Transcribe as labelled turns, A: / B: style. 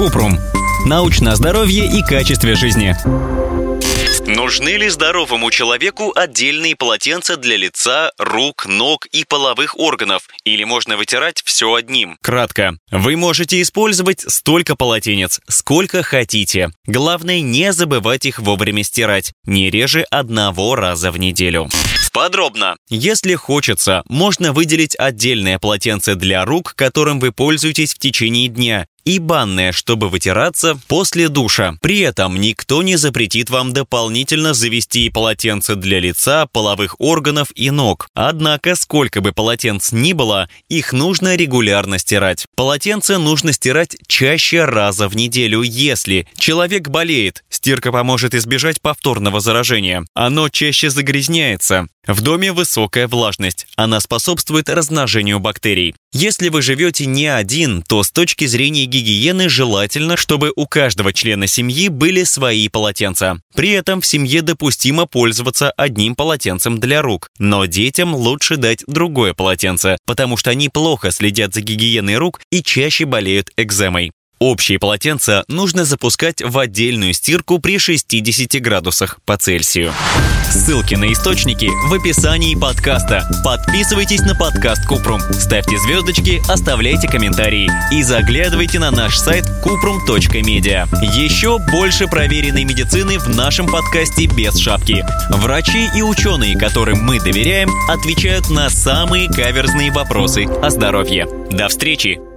A: Купрум. Научное здоровье и качестве жизни.
B: Нужны ли здоровому человеку отдельные полотенца для лица, рук, ног и половых органов? Или можно вытирать все одним?
A: Кратко. Вы можете использовать столько полотенец, сколько хотите. Главное, не забывать их вовремя стирать. Не реже 1 раза в неделю.
B: Подробно.
A: Если хочется, можно выделить отдельное полотенце для рук, которым вы пользуетесь в течение дня, и банное, чтобы вытираться после душа. При этом никто не запретит вам дополнительно завести полотенце для лица, половых органов и ног. Однако, сколько бы полотенц ни было, их нужно регулярно стирать. Полотенце нужно стирать чаще раза в неделю, если человек болеет. Стирка поможет избежать повторного заражения. Оно чаще загрязняется. В доме высокая влажность. Она способствует размножению бактерий. Если вы живете не один, то с точки зрения гигиены желательно, чтобы у каждого члена семьи были свои полотенца. При этом в семье допустимо пользоваться одним полотенцем для рук. Но детям лучше дать другое полотенце, потому что они плохо следят за гигиеной рук и чаще болеют экземой. Общие полотенца нужно запускать в отдельную стирку при 60 градусах по Цельсию. Ссылки на источники в описании подкаста. Подписывайтесь на подкаст Купрум, ставьте звездочки, оставляйте комментарии и заглядывайте на наш сайт kuprum.media. Еще больше проверенной медицины в нашем подкасте без шапки. Врачи и ученые, которым мы доверяем, отвечают на самые каверзные вопросы о здоровье. До встречи!